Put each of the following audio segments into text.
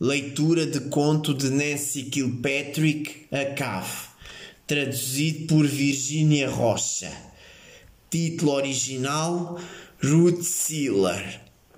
Leitura de conto de Nancy Kilpatrick, A Cave, traduzido por Virginia Rocha. Título original: Ruth Seeler.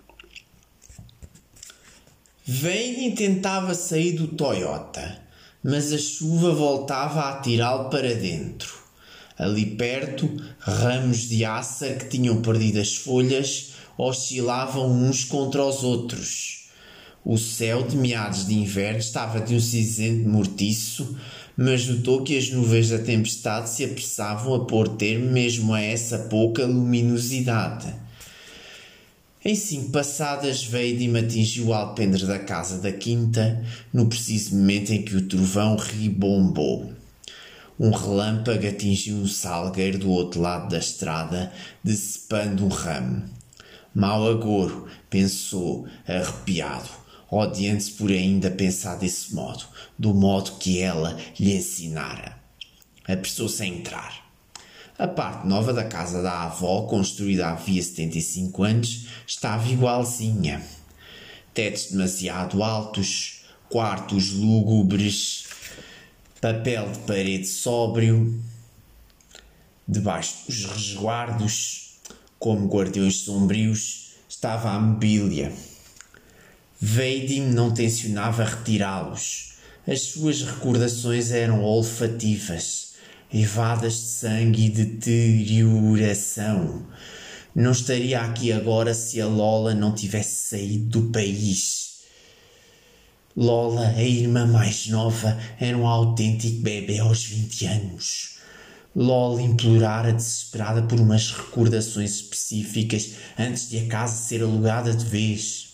Wayne tentava sair do Toyota, mas a chuva voltava a atirá-lo para dentro. Ali perto, ramos de ácer que tinham perdido as folhas oscilavam uns contra os outros. O céu de meados de inverno estava de um cinzento mortiço, mas notou que as nuvens da tempestade se apressavam a pôr termo mesmo a essa pouca luminosidade. Em 5 passadas, Vadim atingiu o alpendre da casa da quinta, no preciso momento em que o trovão ribombou. Um relâmpago atingiu um salgueiro do outro lado da estrada, decepando um ramo. Mau agouro, pensou, arrepiado, odiando-se por ainda pensar desse modo, do modo que ela lhe ensinara. Apressou-se a entrar. A parte nova da casa da avó, construída havia 75 anos, estava igualzinha. Tetos demasiado altos, quartos lúgubres, papel de parede sóbrio. Debaixo dos resguardos, como guardiões sombrios, estava a mobília. Vadim não tencionava retirá-los. As suas recordações eram olfativas, eivadas de sangue e deterioração. Não estaria aqui agora se a Lola não tivesse saído do país. Lola, a irmã mais nova, era um autêntico bebê aos 20 anos. Lola implorara desesperada por umas recordações específicas antes de a casa ser alugada de vez.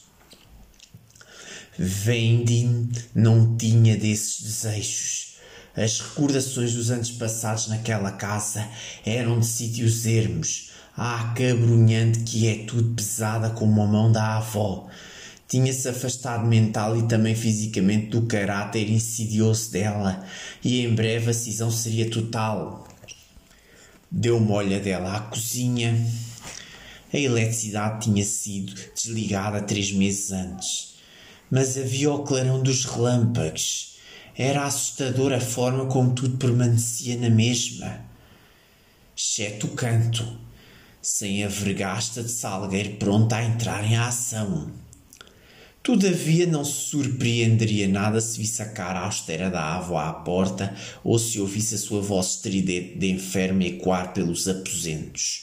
Vadim não tinha desses desejos. As recordações dos anos passados naquela casa eram de sítios ermos, acabrunhante quietude pesada como a mão da avó. Tinha-se afastado mental e também fisicamente do caráter insidioso dela, e em breve a cisão seria total. Deu uma olhadela à cozinha. A eletricidade tinha sido desligada 3 meses antes, mas havia o clarão dos relâmpagos. Era assustadora a forma como tudo permanecia na mesma, exceto o canto, sem a vergasta de salgueiro pronta a entrar em ação. Todavia não se surpreenderia nada se visse a cara austera da avó à porta ou se ouvisse a sua voz estridente de enferma ecoar pelos aposentos.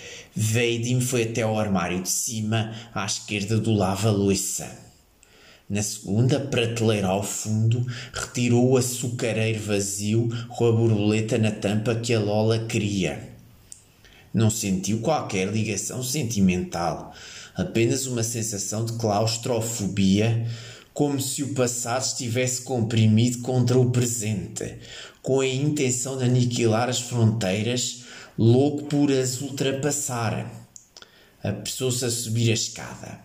Vadim foi até ao armário de cima, à esquerda do lava-louça. Na segunda prateleira ao fundo, retirou o açucareiro vazio com a borboleta na tampa que a Lola queria. Não sentiu qualquer ligação sentimental, apenas uma sensação de claustrofobia, como se o passado estivesse comprimido contra o presente, com a intenção de aniquilar as fronteiras, louco por as ultrapassar. Apressou-se a subir a escada.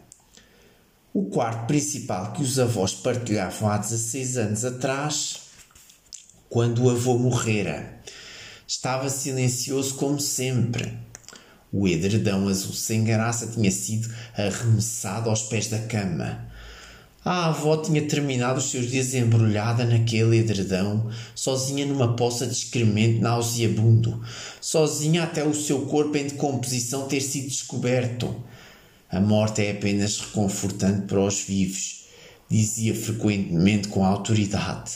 O quarto principal que os avós partilhavam há 16 anos atrás, quando o avô morrera, estava silencioso como sempre. O edredão azul sem graça tinha sido arremessado aos pés da cama. A avó tinha terminado os seus dias embrulhada naquele edredão, sozinha numa poça de excremento nauseabundo, sozinha até o seu corpo em decomposição ter sido descoberto. A morte é apenas reconfortante para os vivos, dizia frequentemente com autoridade.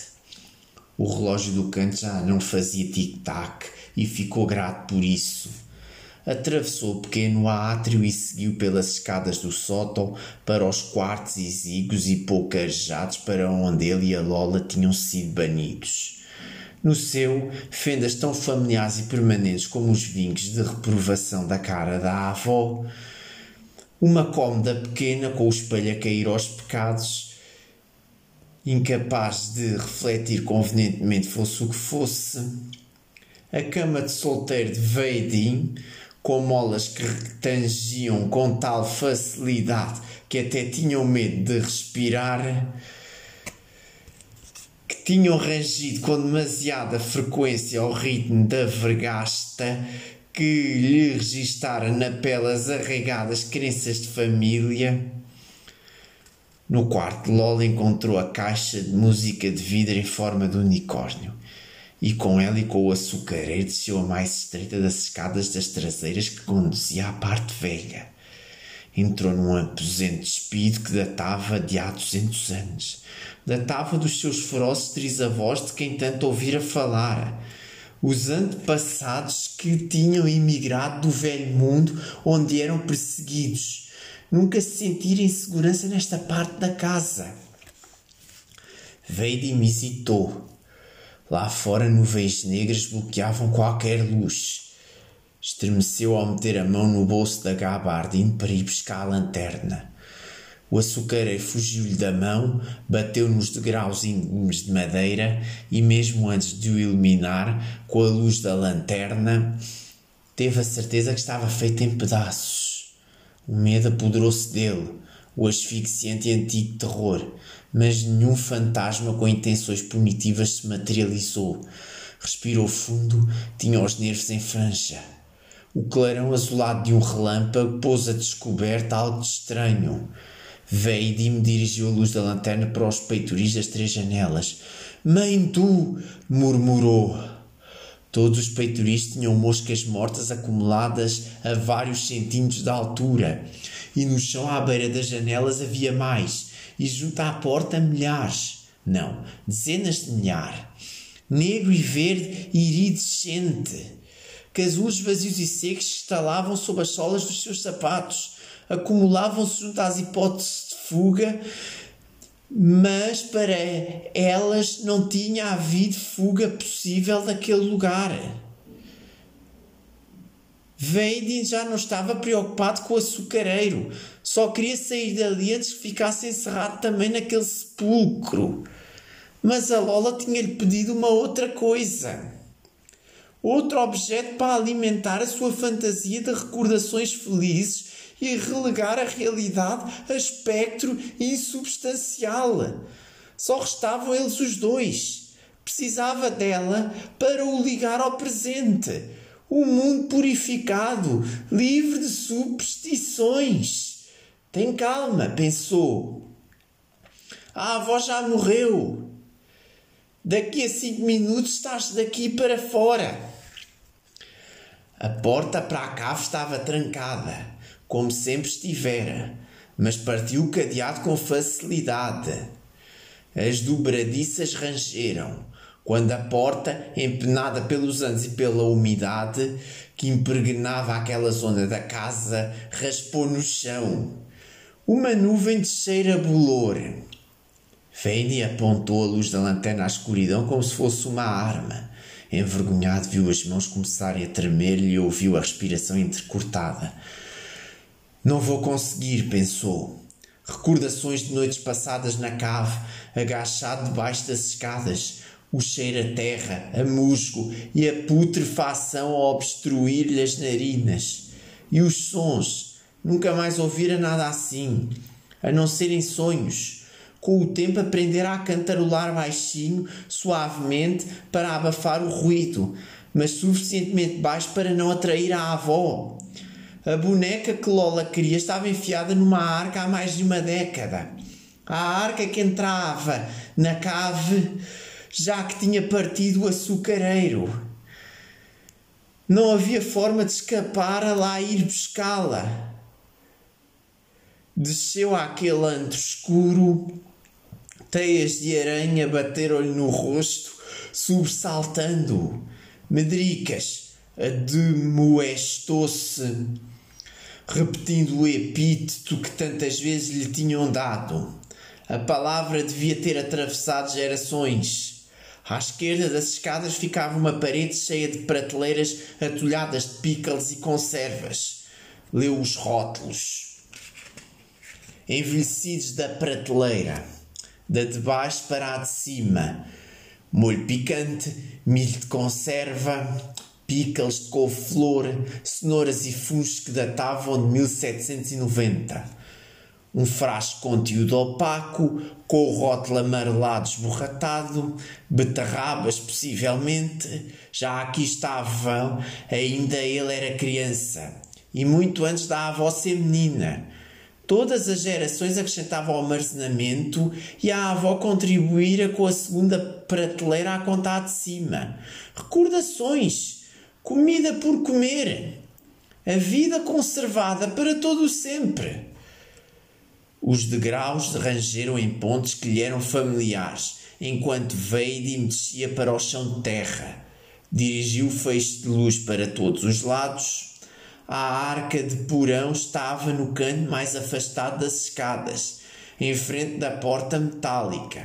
O relógio do canto já não fazia tic-tac e ficou grato por isso. Atravessou o pequeno átrio e seguiu pelas escadas do sótão para os quartos exíguos e pouco arejados para onde ele e a Lola tinham sido banidos. No seu, fendas tão familiares e permanentes como os vincos de reprovação da cara da avó, uma cômoda pequena com o espelho a cair aos pecados, incapaz de refletir convenientemente fosse o que fosse, a cama de solteiro de Vadim, com molas que tangiam com tal facilidade que até tinham medo de respirar, que tinham rangido com demasiada frequência ao ritmo da vergasta, que lhe registara na pele as arraigadas crenças de família. No quarto, Lola encontrou a caixa de música de vidro em forma de unicórnio. E com ela e com o açucareiro desceu a mais estreita das escadas das traseiras que conduzia à parte velha. Entrou num aposento despido que datava de há 200 anos. Datava dos seus ferozes trisavós de quem tanto ouvira falar. Os antepassados que tinham emigrado do velho mundo onde eram perseguidos. Nunca se sentiram em segurança nesta parte da casa. Veio e me hesitou. Lá fora nuvens negras bloqueavam qualquer luz. Estremeceu ao meter a mão no bolso da gabardine para ir buscar a lanterna. O açucareiro fugiu-lhe da mão, bateu nos degraus íngremes de madeira e mesmo antes de o iluminar com a luz da lanterna, teve a certeza que estava feito em pedaços. O medo apoderou-se dele, o asfixiante e antigo terror, mas nenhum fantasma com intenções punitivas se materializou. Respirou fundo, tinha os nervos em franja. O clarão azulado de um relâmpago pôs a descoberta algo de estranho. Veio e me dirigiu a luz da lanterna para os peitoris das 3 janelas. «Mãe do!» murmurou. Todos os peitoris tinham moscas mortas acumuladas a vários centímetros de altura. E no chão à beira das janelas havia mais. E junto à porta milhares. Não, dezenas de milhares. Negro e verde e iridescente. Casulos vazios e secos estalavam sob as solas dos seus sapatos. Acumulavam-se junto às hipóteses de fuga, mas para elas não tinha havido fuga possível daquele lugar. Veidin já não estava preocupado com o açucareiro, só queria sair dali antes que ficasse encerrado também naquele sepulcro. Mas a Lola tinha-lhe pedido uma outra coisa. Outro objeto para alimentar a sua fantasia de recordações felizes e relegar a realidade a espectro insubstancial. Só restavam eles os dois. Precisava dela para o ligar ao presente. O mundo purificado, livre de superstições. Tem calma, pensou. A avó já morreu. Daqui a 5 minutos estás daqui para fora. A porta para a cave estava trancada, como sempre estivera, mas partiu o cadeado com facilidade. As dobradiças rangeram, quando a porta, empenada pelos anos e pela umidade que impregnava aquela zona da casa, raspou no chão. Uma nuvem de cheiro a bolor. Fanny apontou a luz da lanterna à escuridão como se fosse uma arma. Envergonhado, viu as mãos começarem a tremer-lhe e ouviu a respiração entrecortada. Não vou conseguir, pensou. Recordações de noites passadas na cave, agachado debaixo das escadas, o cheiro a terra, a musgo e a putrefação a obstruir-lhe as narinas. E os sons, nunca mais ouvira nada assim, a não ser em sonhos. Com o tempo aprendera a cantarolar baixinho, suavemente, para abafar o ruído, mas suficientemente baixo para não atrair a avó. A boneca que Lola queria estava enfiada numa arca há mais de uma década. A arca que entrava na cave, já que tinha partido o açucareiro. Não havia forma de escapar a lá ir buscá-la. Desceu àquele antro escuro. Teias de aranha bateram-lhe no rosto, sobressaltando-o. Medricas admoestou-se, repetindo o epíteto que tantas vezes lhe tinham dado. A palavra devia ter atravessado gerações. À esquerda das escadas ficava uma parede cheia de prateleiras atulhadas de pickles e conservas. Leu os rótulos. Envelhecidos da prateleira. Da de baixo para a de cima. Molho picante, milho de conserva, pickles de couve-flor, cenouras e fungos que datavam de 1790. Um frasco com conteúdo opaco, com o rótulo amarelado esborratado, beterrabas possivelmente. Já aqui estavam, ainda ele era criança, e muito antes da avó ser menina. Todas as gerações acrescentavam ao armazenamento e a avó contribuíra com a segunda prateleira à conta de cima. Recordações, comida por comer, a vida conservada para todo o sempre. Os degraus rangeram em pontos que lhe eram familiares, enquanto Vadim descia para o chão de terra. Dirigiu o feixe de luz para todos os lados. A arca de porão estava no canto mais afastado das escadas, em frente da porta metálica.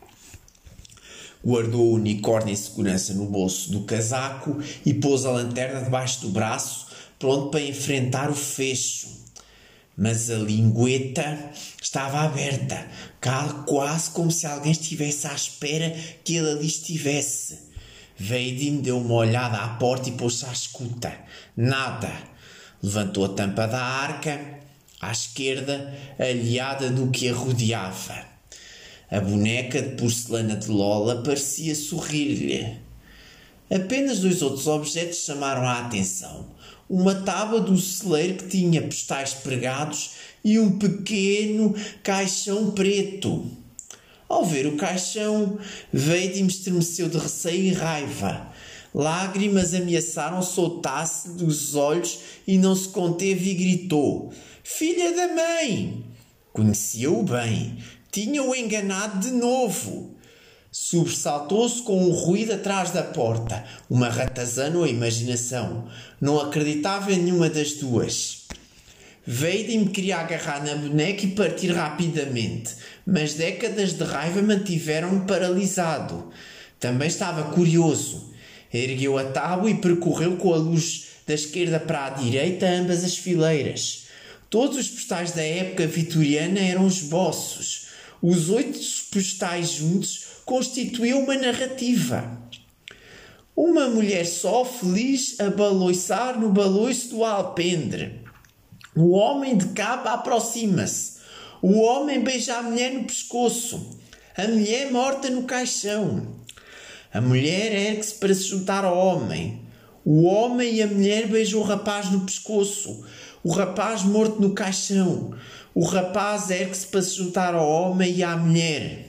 Guardou o unicórnio em segurança no bolso do casaco e pôs a lanterna debaixo do braço, pronto para enfrentar o fecho. Mas a lingueta estava aberta, quase como se alguém estivesse à espera que ele ali estivesse. Vadim deu uma olhada à porta e pôs-se à escuta. Nada. Levantou a tampa da arca, à esquerda, aliada do que a rodeava. A boneca de porcelana de Lola parecia sorrir-lhe. Apenas 2 outros objetos chamaram a atenção. Uma tábua do celeiro que tinha postais pregados e um pequeno caixão preto. Ao ver o caixão, Vadim estremeceu de receio e raiva. Lágrimas ameaçaram soltar-se dos olhos e não se conteve e gritou: "Filha da mãe!" Conhecia-o bem. Tinha-o enganado de novo. Sobressaltou-se com um ruído atrás da porta. Uma ratazana ou a imaginação. Não acreditava em nenhuma das duas. Vadim queria agarrar na boneca e partir rapidamente, mas décadas de raiva mantiveram-no paralisado. Também estava curioso. Ergueu a tábua e percorreu com a luz da esquerda para a direita ambas as fileiras. Todos os postais da época vitoriana eram esboços. Os 8 postais juntos constituíam uma narrativa. Uma mulher só, feliz, a baloiçar no baloiço do alpendre. O homem de capa aproxima-se. O homem beija a mulher no pescoço. A mulher morta no caixão. A mulher ergue-se para se juntar ao homem. O homem e a mulher beijam o rapaz no pescoço. O rapaz morto no caixão. O rapaz ergue-se para se juntar ao homem e à mulher.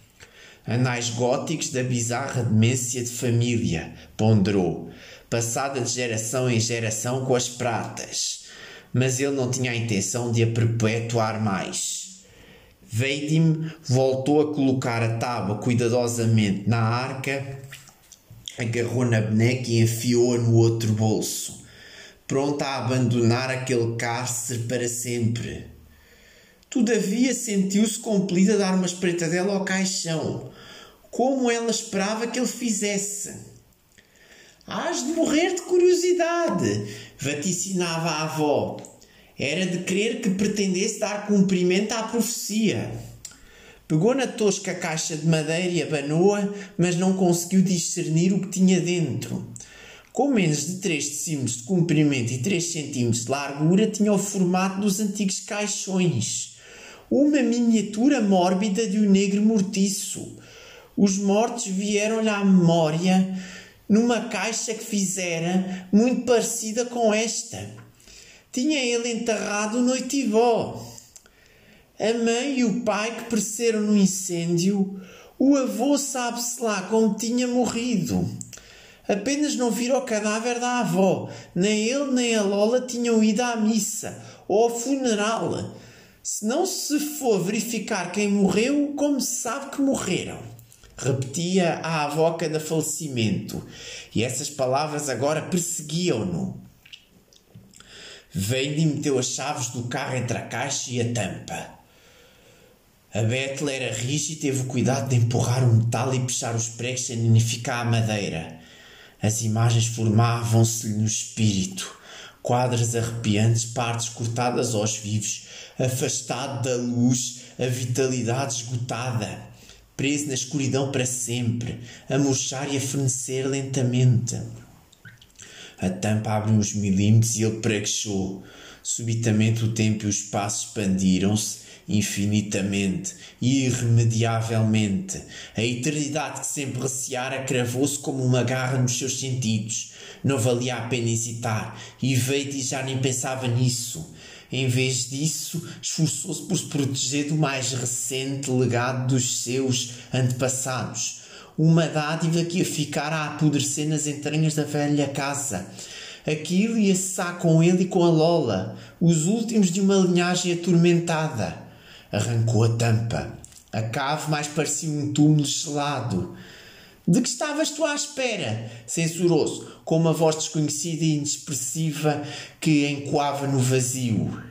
Anais góticos da bizarra demência de família, ponderou, passada de geração em geração com as pratas. Mas ele não tinha a intenção de a perpetuar mais. Vadim voltou a colocar a tábua cuidadosamente na arca, agarrou na boneca e enfiou-a no outro bolso, pronta a abandonar aquele cárcere para sempre. Todavia sentiu-se compelida a dar uma espreitadela ao caixão, como ela esperava que ele fizesse. "Hás de morrer de curiosidade", vaticinava a avó. Era de crer que pretendesse dar cumprimento à profecia. Pegou na tosca caixa de madeira e abanou-a, mas não conseguiu discernir o que tinha dentro. Com menos de 3 decímetros de comprimento e 3 centímetros de largura, tinha o formato dos antigos caixões. Uma miniatura mórbida de um negro mortiço. Os mortos vieram-lhe à memória numa caixa que fizera muito parecida com esta. Tinha ele enterrado o noitivó. A mãe e o pai que pereceram no incêndio. O avô sabe-se lá como tinha morrido. Apenas não viram o cadáver da avó. Nem ele nem a Lola tinham ido à missa ou ao funeral. Se não se for verificar quem morreu, como se sabe que morreram? Repetia a avó a cada falecimento. E essas palavras agora perseguiam-no. Vadim meteu as chaves do carro entre a caixa e a tampa. A Bethel era rígida e teve o cuidado de empurrar o metal e puxar os pregos sem danificar a madeira. As imagens formavam-se-lhe no espírito. Quadros arrepiantes, partes cortadas aos vivos, afastado da luz, a vitalidade esgotada, preso na escuridão para sempre, a murchar e a fenecer lentamente. A tampa abriu uns milímetros e ele praguejou. Subitamente o tempo e o espaço expandiram-se infinitamente e irremediavelmente. A eternidade que sempre receara cravou-se como uma garra nos seus sentidos. Não valia a pena hesitar, e Vadim já nem pensava nisso. Em vez disso, esforçou-se por se proteger do mais recente legado dos seus antepassados. Uma dádiva que ia ficar a apodrecer nas entranhas da velha casa. Aquilo ia cessar com ele e com a Lola, os últimos de uma linhagem atormentada. Arrancou a tampa. A cave mais parecia um túmulo gelado. De que estavas tu à espera? Censurou-se, com uma voz desconhecida e inexpressiva que encoava no vazio.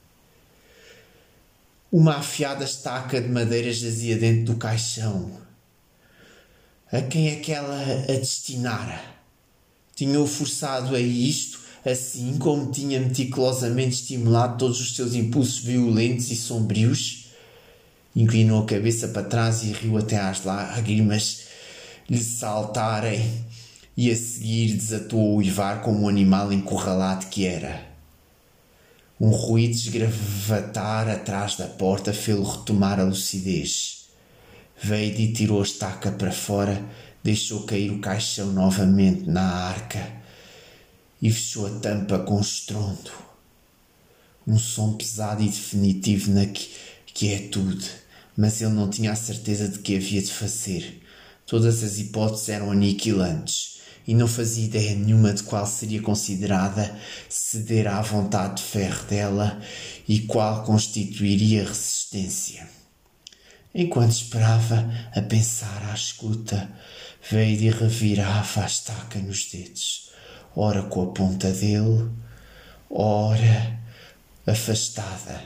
Uma afiada estaca de madeira jazia dentro do caixão. A quem é que ela a destinara? Tinha-o forçado a isto, assim como tinha meticulosamente estimulado todos os seus impulsos violentos e sombrios? Inclinou a cabeça para trás e riu até às lágrimas lhe saltarem, e a seguir desatou a uivar como um animal encurralado que era. Um ruído de esgravatar atrás da porta fê-lo retomar a lucidez. Veio e tirou a estaca para fora, deixou cair o caixão novamente na arca e fechou a tampa com estrondo. Um som pesado e definitivo na quietude, mas ele não tinha a certeza de que havia de fazer. Todas as hipóteses eram aniquilantes e não fazia ideia nenhuma de qual seria considerada ceder à vontade de ferro dela e qual constituiria resistência. Enquanto esperava, a pensar à escuta, veio e revirava a estaca nos dedos, ora com a ponta dele, ora afastada.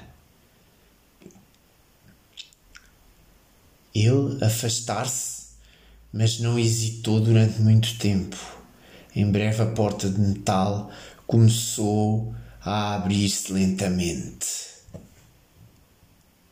Ele afastar-se, mas não hesitou durante muito tempo. Em breve a porta de metal começou a abrir-se lentamente.